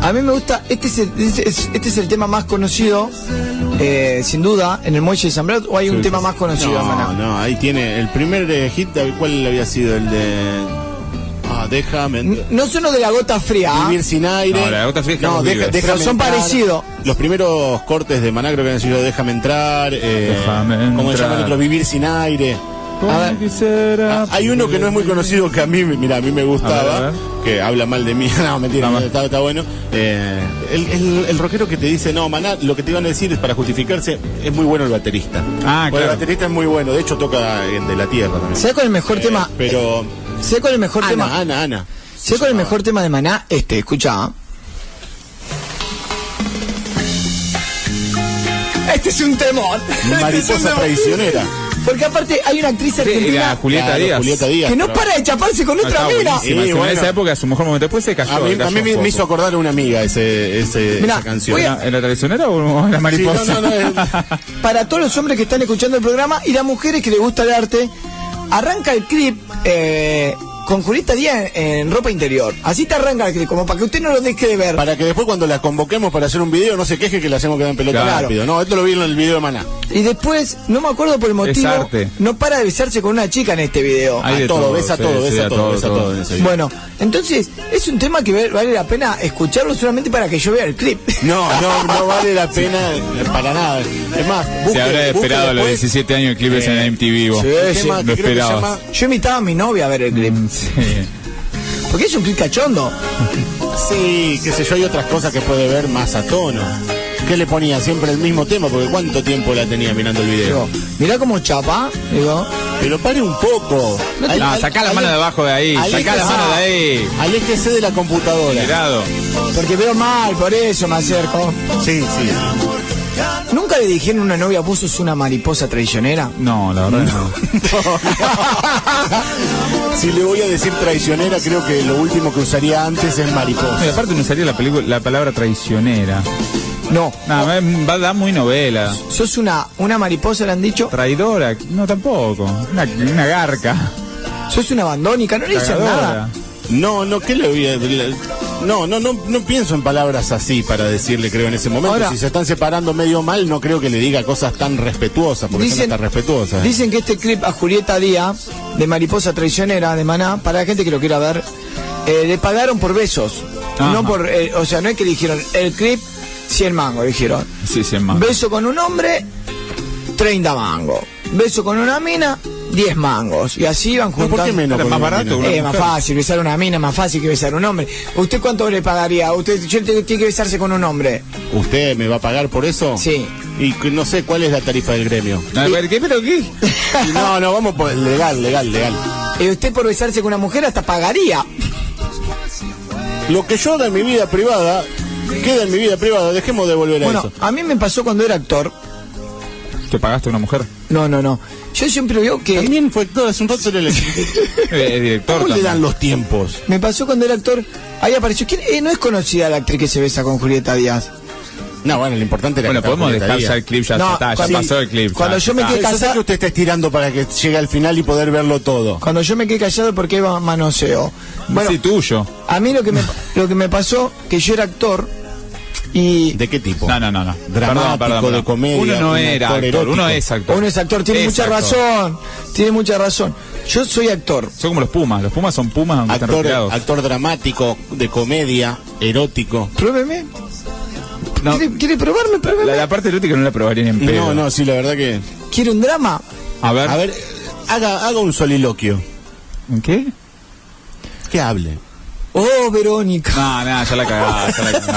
A mí me gusta, este es el tema más conocido, sin duda, en el Muelle de San Blas, o hay un tema más conocido de Maná. No, ahí tiene el primer hit, ¿cuál había sido? El de... déjame... No son los de la gota fría. Vivir sin aire. No, la gota fría es no, déjame son parecidos. Los primeros cortes de Maná creo que han sido Déjame entrar, como se llaman otros, Vivir sin aire. A ver. Hay uno que no es muy conocido que a mí me gustaba, a ver. Que habla mal de mí. No, mentira, está bueno. El rockero que te dice, no, Maná, lo que te iban a decir es para justificarse, es muy bueno el baterista. Claro. El baterista es muy bueno, de hecho toca en De la Tierra también. ¿Sabes cuál es el mejor tema? Pero... ¿Sabes cuál es el mejor tema? Ana. ¿Sabes cuál es el mejor tema de Maná? Escuchá. Este es un temón. Mariposa traicionera. Porque aparte hay una actriz argentina, Julieta Díaz, que no para de chaparse con otra mina. Sí, bueno. En esa época su mejor momento, después se cayó. A mí me hizo acordar a una amiga esa canción. ¿En la traicionera o en la mariposa? Sí, para todos los hombres que están escuchando el programa y las mujeres que les gusta el arte, arranca el clip con Julieta Díaz en ropa interior. Así te arranca el clip, como para que usted no lo deje de ver. Para que después cuando la convoquemos para hacer un video no se queje que la hacemos quedar en pelota rápido. No, esto lo vi en el video de Maná. Y después, no me acuerdo por el motivo, no para de besarse con una chica en este video. Besa todo en ese video. Bueno, entonces, es un tema que vale la pena escucharlo solamente para que yo vea el clip. No vale la pena para nada. Es más, se habrá esperado a los 17 años el clip es en MTV. Sí, lo esperabas. Yo invitaba a mi novia a ver el clip. Sí. Porque es un clip cachondo. Sí, qué sé yo, hay otras cosas que puede ver más a tono. ¿Qué le ponía? Siempre el mismo tema, porque ¿cuánto tiempo la tenía mirando el video? Mirá cómo chapa, digo. Pero pare un poco. Sacá la mano de abajo de ahí, sacá la mano de ahí. Aléjese de la computadora. Mirado. Porque veo mal, por eso me acerco. Sí. ¿Nunca le dijeron a una novia, vos sos una mariposa traicionera? No, la verdad no. Si le voy a decir traicionera, creo que lo último que usaría antes es mariposa. Y aparte no usaría la palabra traicionera. No. Va a dar muy novela. ¿Sos una mariposa, le han dicho? Traidora, no tampoco. Una garca. ¿Sos una abandónica? ¿No le dicen nada? No, ¿qué le voy a...? No pienso en palabras así para decirle, creo, en ese momento. Ahora, si se están separando medio mal, no creo que le diga cosas tan respetuosas, porque son tan respetuosas. Dicen que este clip a Julieta Díaz, de Mariposa Traicionera, de Maná, para la gente que lo quiera ver, le pagaron por besos. Ajá. No por, o sea, no es que le dijeron, el clip, 100 mangos, dijeron. Sí, 100 mangos. Beso con un hombre, 30 mangos. Beso con una mina, 10 mangos. Y así iban juntando. ¿Por qué menos? ¿Es más barato? Más fácil, besar una mina es más fácil que besar un hombre. ¿Usted cuánto le pagaría? ¿Usted tiene que besarse con un hombre? ¿Usted me va a pagar por eso? Sí. Y no sé cuál es la tarifa del gremio. A ver, ¿pero qué? No, vamos por legal. Y usted por besarse con una mujer hasta pagaría. Lo que yo haga en mi vida privada, queda en mi vida privada, dejemos de volver a eso. Bueno, a mí me pasó cuando era actor. ¿Te pagaste a una mujer? No. Yo siempre veo que... También fue actor, hace un rato era el director. ¿Cómo le dan los tiempos? Me pasó cuando era actor, ahí apareció... ¿Quién? No es conocida la actriz que se besa con Julieta Díaz. No, bueno, lo importante era... Bueno, podemos dejar ya el clip, ya pasó el clip. Cuando yo me quedé callado... Yo sé que usted está estirando para que llegue al final y poder verlo todo. Cuando yo me quedé callado porque iba manoseo. Bueno, sí, tuyo. A mí lo que me pasó, que yo era actor... Y... ¿De qué tipo? No. Dramático, perdón. De comedia. Uno no era actor, erótico. Uno es actor. Uno es actor, tiene mucha razón. Yo soy actor. Son como los Pumas son Pumas aunque están retirados. Actor dramático, de comedia, erótico. Pruébeme. No. ¿Quiere probarme? Pruébeme. La parte erótica no la probaría ni en pedo. No, sí, la verdad que... ¿Quiere un drama? A ver, haga un soliloquio. ¿En qué? Que hable. Oh, Verónica. No, ya la cagás.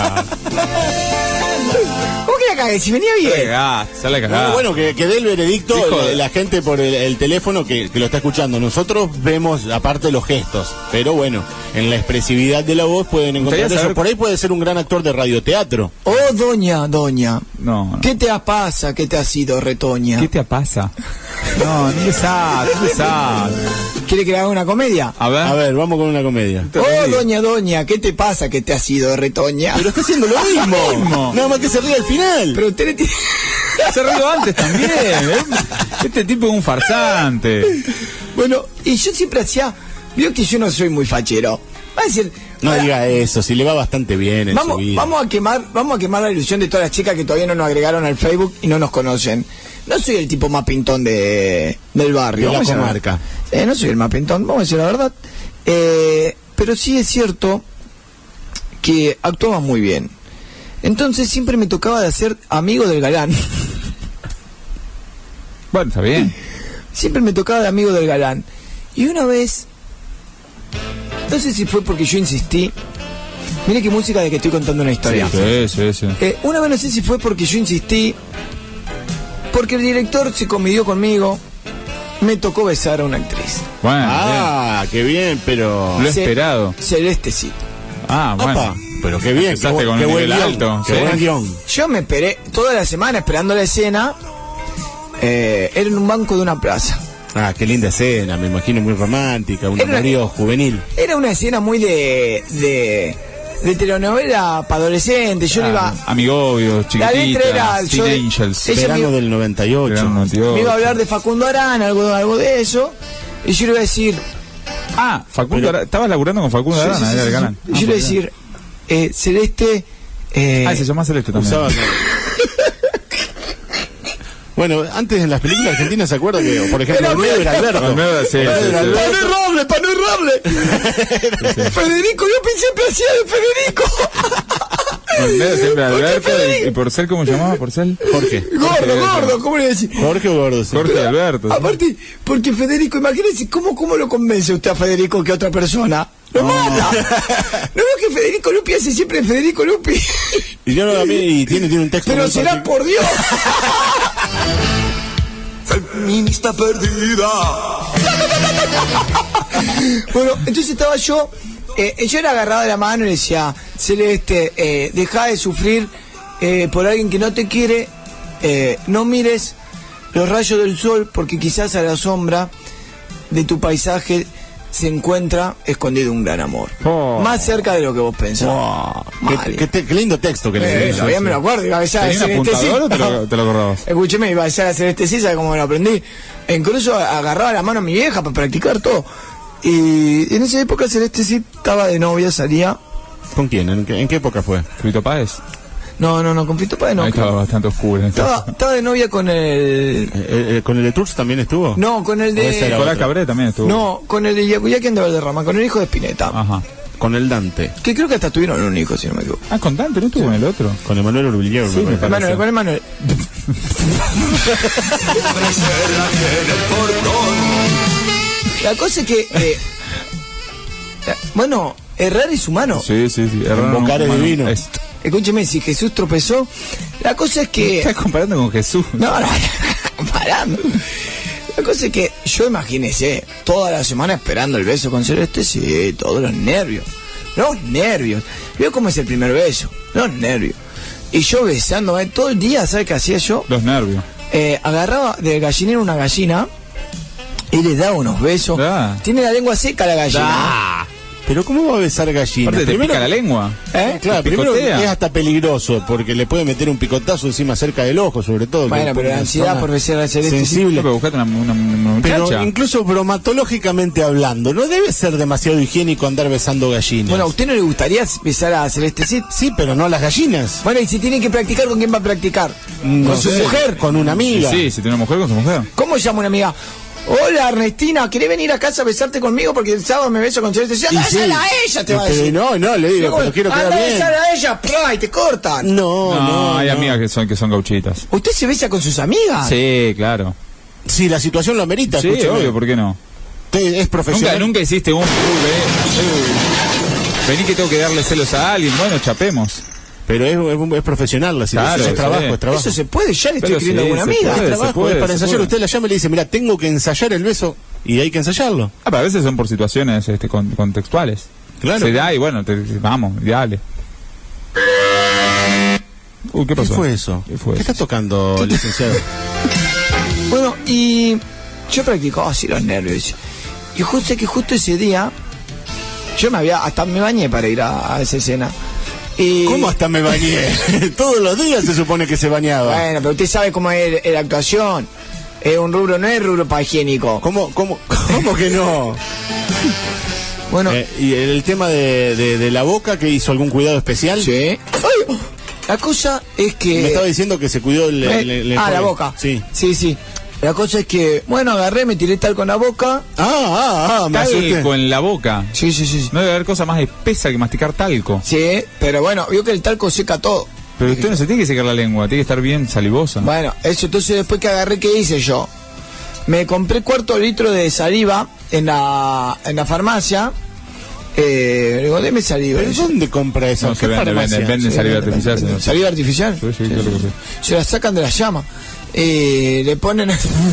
¿Cómo que la cagué? Si venía bien. Ya la cagás. Bueno, que dé el veredicto la gente por el teléfono que lo está escuchando. Nosotros vemos, aparte, los gestos. Pero bueno, en la expresividad de la voz pueden encontrar eso. Por ahí puede ser un gran actor de radioteatro. Oh, doña. No. ¿Qué te pasa? ¿Qué te ha sido, retoña? ¿Qué te pasa? No le sabes. ¿Quiere que le haga una comedia? A ver, vamos con una comedia. Oh, doña, ¿qué te pasa? ¿Qué te ha sido, retoña? Pero está haciendo lo mismo. Nada más que se ríe al final. Pero usted le tiene... Se rió antes también. Este tipo es un farsante. Bueno, y yo siempre hacía... Veo que yo no soy muy fachero. Va a decir, No diga eso, si le va bastante bien en su vida. Vamos a quemar la ilusión de todas las chicas que todavía no nos agregaron al Facebook y no nos conocen. No soy el tipo más pintón del barrio. De la comarca. No soy el más pintón, vamos a decir la verdad. Pero sí es cierto que actuaba muy bien. Entonces siempre me tocaba de hacer amigo del galán. Bueno, está bien. Siempre me tocaba de amigo del galán. Y una vez, no sé si fue porque yo insistí. Mire qué música de que estoy contando una historia. Sí. Una vez no sé si fue porque yo insistí, porque el director se convidió conmigo, me tocó besar a una actriz. Bueno, qué bien, pero... Lo esperado. Celeste Cid. Bueno. Opa, pero qué bien, Empezaste con un nivel alto. Qué buen guión. Yo me esperé toda la semana esperando la escena. Era en un banco de una plaza. Qué linda escena, me imagino muy romántica, un amorío juvenil. Era una escena muy de telenovela para adolescentes. Yo le iba... Amigobios, chiquititas, Teen era, Angels. Verano del 98. Me iba a hablar de Facundo Arana, algo de eso. Y yo le iba a decir... Facundo Arana. Estabas laburando con Facundo Arana, era el galán. Y yo le iba a decir... Celeste... se llama Celeste también. Bueno, antes en las películas argentinas se acuerda que, por ejemplo, Olmedo era Alberto. ¡Pano errable! Federico, yo siempre hacía de Federico. Olmedo siempre Alberto. ¿Y Porcel cómo llamaba? ¿Porcel? Jorge. Gordo, ¿cómo le decís? Jorge o Gordo, sí. Jorge Alberto. Aparte, porque Federico, imagínese, ¿cómo lo convence usted a Federico que a otra persona? ¡Lo mata! ¿No veo que Federico Lupi hace siempre Federico Lupi? Y yo también tiene un texto. Pero será por Dios. Feminista perdida. Bueno, entonces estaba yo era agarrado de la mano y le decía, Celeste, deja de sufrir por alguien que no te quiere, no mires los rayos del sol porque quizás a la sombra de tu paisaje se encuentra escondido un gran amor. Más cerca de lo que vos pensabas. Qué lindo texto que le dio. Todavía me lo acuerdo, iba a besar a Celeste Cid. ¿O te lo acordabas? Escúcheme, iba a besar a Celeste Cid, ¿sabes cómo me lo aprendí? Incluso agarraba la mano a mi vieja para practicar todo. Y en esa época Celeste Cid estaba de novia, salía. ¿Con quién? ¿En qué época fue? ¿Fito Páez? No, con Fito Páez no. Ahí estaba bastante oscuro. Estaba de novia con el... ¿Con el de Tours también estuvo? No, con el de... Nicolás Cabré también estuvo. No, con el de Yacuyaki de Valderrama, con el hijo de Spinetta. Ajá. Con el Dante. Que creo que hasta tuvieron un hijo, si no me equivoco. Con Dante, ¿no estuvo con el otro? Con Emanuel Urbillier. Sí, me parece. Con Emanuel. La cosa es que... bueno, errar es humano. Sí. Invocar es divino. Escúcheme, si Jesús tropezó, la cosa es que... ¿Estás comparando con Jesús? No, comparando. La cosa es que yo imagínese, toda la semana esperando el beso con Celeste, sí, todos los nervios. Veo cómo es el primer beso, los nervios. Y yo besándome todo el día, ¿sabes qué hacía yo? Los nervios. Agarraba del gallinero una gallina y le daba unos besos. Tiene la lengua seca la gallina. Pero ¿cómo va a besar gallina? Aparte te pica la lengua. Claro, primero es hasta peligroso, porque le puede meter un picotazo encima cerca del ojo, sobre todo. Bueno, pero la ansiedad por besar a Celeste sensible. Pero buscate una muchacha. Pero incluso bromatológicamente hablando, no debe ser demasiado higiénico andar besando gallinas. Bueno, ¿a usted no le gustaría besar a Celeste Cid? Sí, pero no a las gallinas. Bueno, y si tiene que practicar, ¿con quién va a practicar? ¿Con su mujer? Con una amiga. Sí, si tiene una mujer, con su mujer. ¿Cómo llama una amiga? Hola Ernestina, ¿querés venir a casa a besarte conmigo? Porque el sábado me beso con Celeste Cid. ¡Anda, besala a ella! Te va a decir. No, le digo, pero quiero quedar bien. ¡Anda, besala a ella! ¡Pla! Y te cortan. No, hay amigas que son gauchitas. ¿Usted se besa con sus amigas? Sí, claro. Si la situación lo amerita, sí, obvio, ¿por qué no? Es profesional. Nunca hiciste vení que tengo que darle celos a alguien. Bueno, chapemos. Pero es profesional la situación, claro, es trabajo. Eso se puede, ya le estoy escribiendo a alguna amiga. Es para ensayar, usted la llama y le dice, mira, tengo que ensayar el beso, y hay que ensayarlo. Pero a veces son por situaciones contextuales. Claro. Se da y bueno, vamos, dale. ¿Qué pasó? ¿Qué fue eso? ¿Qué está tocando, licenciado? Bueno, y yo practicaba así los nervios. Y justo ese día, hasta me bañé para ir a esa escena. ¿Cómo hasta me bañé? Todos los días se supone que se bañaba. Bueno, pero usted sabe cómo es la actuación. Es un rubro, no es rubro para higiénico. ¿Cómo que no? Bueno. ¿Y el tema de la boca, que hizo algún cuidado especial? Sí. Ay, la cosa es que... Me estaba diciendo que se cuidó la boca. Sí. Sí. La cosa es que, bueno, agarré, me tiré talco en la boca. Me asusté. Talco en la boca. Sí. No debe haber cosa más espesa que masticar talco. Sí, pero bueno, vio que el talco seca todo. Pero usted no se tiene que secar la lengua, tiene que estar bien salivosa. Bueno, eso, entonces después que agarré, ¿qué hice yo? Me compré cuarto litro de saliva en la farmacia. Digo, deme saliva. ¿Pero dónde compra eso? No, se vende saliva artificial, señor. ¿Saliva artificial? Sí, creo que sí. Se la sacan de la llama. Le ponen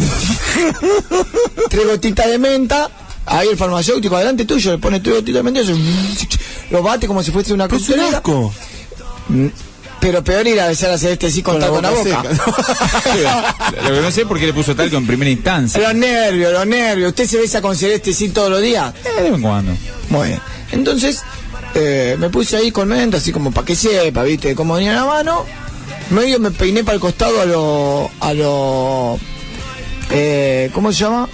3 gotitas de menta. Ahí el farmacéutico adelante tuyo le pone 3 gotitas de menta. Lo bate como si fuese una costelera. Es un asco. Pero peor ir a besar a Celeste sí con talco en la boca. Lo que no sé es por qué le puso talco en primera instancia. Los nervios. ¿Usted se besa con Celeste sí todos los días? De vez en cuando. Muy bien. Entonces, me puse ahí con menta, así como para que sepa, ¿viste? Como venía la mano. Medio me peiné para el costado a lo ¿cómo se llama?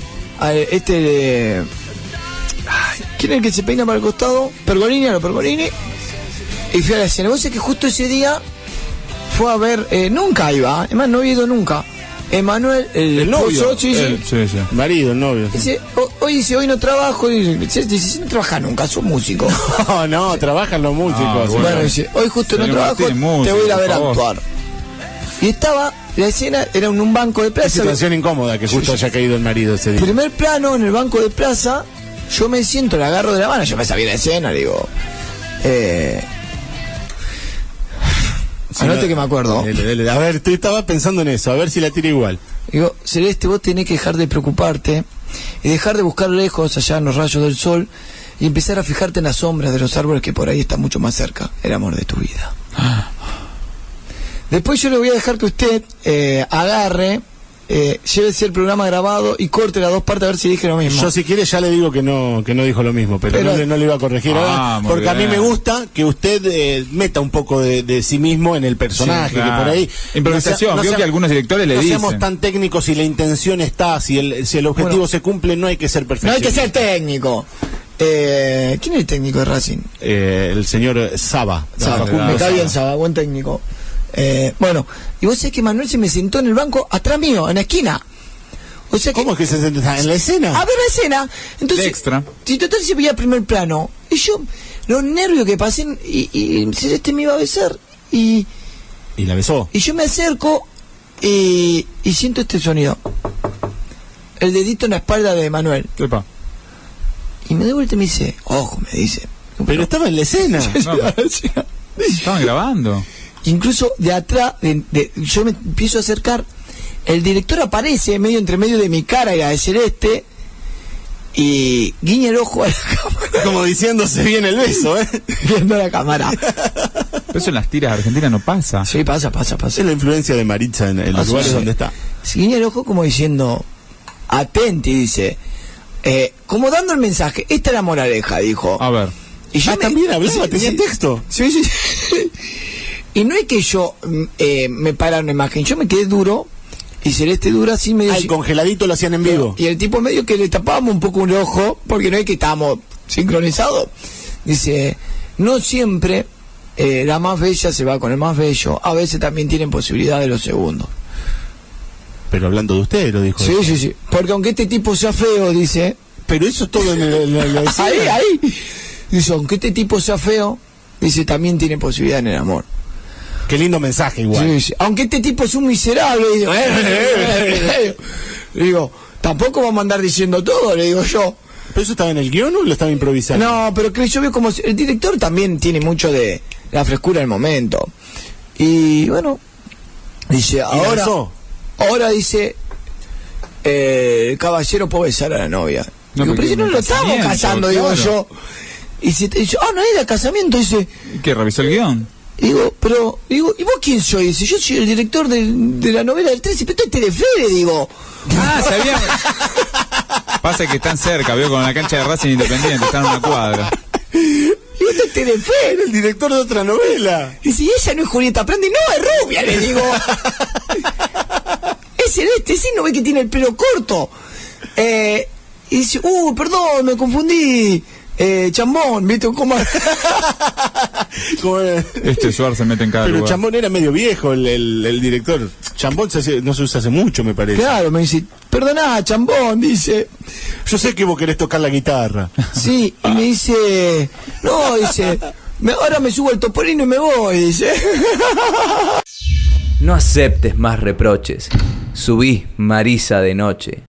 ¿Quién es el que se peina para el costado? Pergolini. Y fui a la escena. Vos sabés que justo ese día fue a ver, nunca iba, además no había ido nunca. Emanuel, el novio. Sí. Marido, el novio. Dice, hoy no trabajo. Dice, no trabaja nunca, sos músico. No, trabajan los músicos. Bueno, dice, hoy justo no trabajo, te voy a ir a ver actuar. Y estaba, la escena era en un banco de plaza. Situación incómoda que justo haya caído el marido ese día. Primer plano, en el banco de plaza, yo me siento, le agarro de la mano, yo me sabía la escena, le digo, anote que me acuerdo. A ver, estaba pensando en eso, a ver si la tira igual. Digo, Celeste, vos tenés que dejar de preocuparte y dejar de buscar lejos, allá en los rayos del sol, y empezar a fijarte en las sombras de los árboles que por ahí están mucho más cerca, el amor de tu vida. Después yo le voy a dejar que usted agarre, llévese el programa grabado y corte las 2 partes a ver si dije lo mismo. Yo si quiere ya le digo que no dijo lo mismo, pero no le iba a corregir ahora, porque a mí me gusta que usted meta un poco de sí mismo en el personaje, que por ahí... Improvisación, veo que algunos directores le dicen. No seamos tan técnicos si la intención está, si el objetivo se cumple, no hay que ser perfecto. No hay que ser técnico. ¿Quién es el técnico de Racing? El señor Saba. Me cae bien Saba, buen técnico. Bueno, y vos sabés que Manuel se me sentó en el banco atrás mío, en la esquina. O sea que, ¿cómo es que se sentó? ¿En la escena? A ver la escena. Entonces, extra. Si total se veía primer plano. Y yo, los nervios que pasé, y Celeste me iba a besar. Y la besó. Y yo me acerco y siento este sonido. El dedito en la espalda de Manuel. Epa. Y me doy vuelta y me dice, ojo, me dice. Pero estaba en la escena. Estaban grabando. Incluso de atrás, yo me empiezo a acercar, el director aparece entre medio de mi cara y la de Celeste, y guiña el ojo a la cámara. Como diciéndose bien el beso, viendo la cámara. Pero eso en las tiras argentinas no pasa. Sí, pasa. Es la influencia de Maritza en los lugares donde está. Guiña el ojo como diciendo, atenti, dice, como dando el mensaje, esta es la moraleja, dijo. A ver. Y yo también hablaba, tenía texto. Sí. Y no es que yo me parara una imagen, yo me quedé duro y Celeste dura así medio... El congeladito lo hacían en vivo. Y el tipo medio que le tapábamos un poco un ojo, porque no es que estábamos sincronizados. Dice, no siempre la más bella se va con el más bello, a veces también tienen posibilidad de los segundos. Pero hablando de usted, lo dijo. Sí, porque aunque este tipo sea feo, dice... Pero eso es todo en la ahí. Dice, aunque este tipo sea feo, dice, también tiene posibilidad en el amor. Qué lindo mensaje igual. Sí. Aunque este tipo es un miserable, le digo, tampoco vamos a andar diciendo todo, le digo yo. ¿Pero eso estaba en el guión o lo estaba improvisando? No, pero que yo veo como el director también tiene mucho de la frescura del momento. Y bueno, dice, ahora dice, el caballero puede besar a la novia. No, digo, pero si no lo estamos casando, digo yo. Y dice, no era casamiento, dice. ¿Qué, revisó el guión? Digo, ¿y vos quién soy? Dice, yo soy el director de la novela del 13, pero esto es Telefere, digo. Sabía. Pasa que están cerca, veo con la cancha de Racing Independiente, están en una cuadra. Y esto es Telefere, el director de otra novela. Y si ella no es Julieta Prandi, no, es rubia, le digo. Es Celeste, sí, no ve que tiene el pelo corto. Y dice, perdón, me confundí. Chambón, ¿viste cómo? Este Suar se mete en cada Pero lugar. Chambón era medio viejo, el director. Chambón no se usa hace mucho, me parece. Claro, me dice, perdoná, Chambón, dice. Yo sé que vos querés tocar la guitarra. Sí, y me dice, no, dice, ahora me subo al topolino y me voy, dice. No aceptes más reproches. Subí Marisa de noche.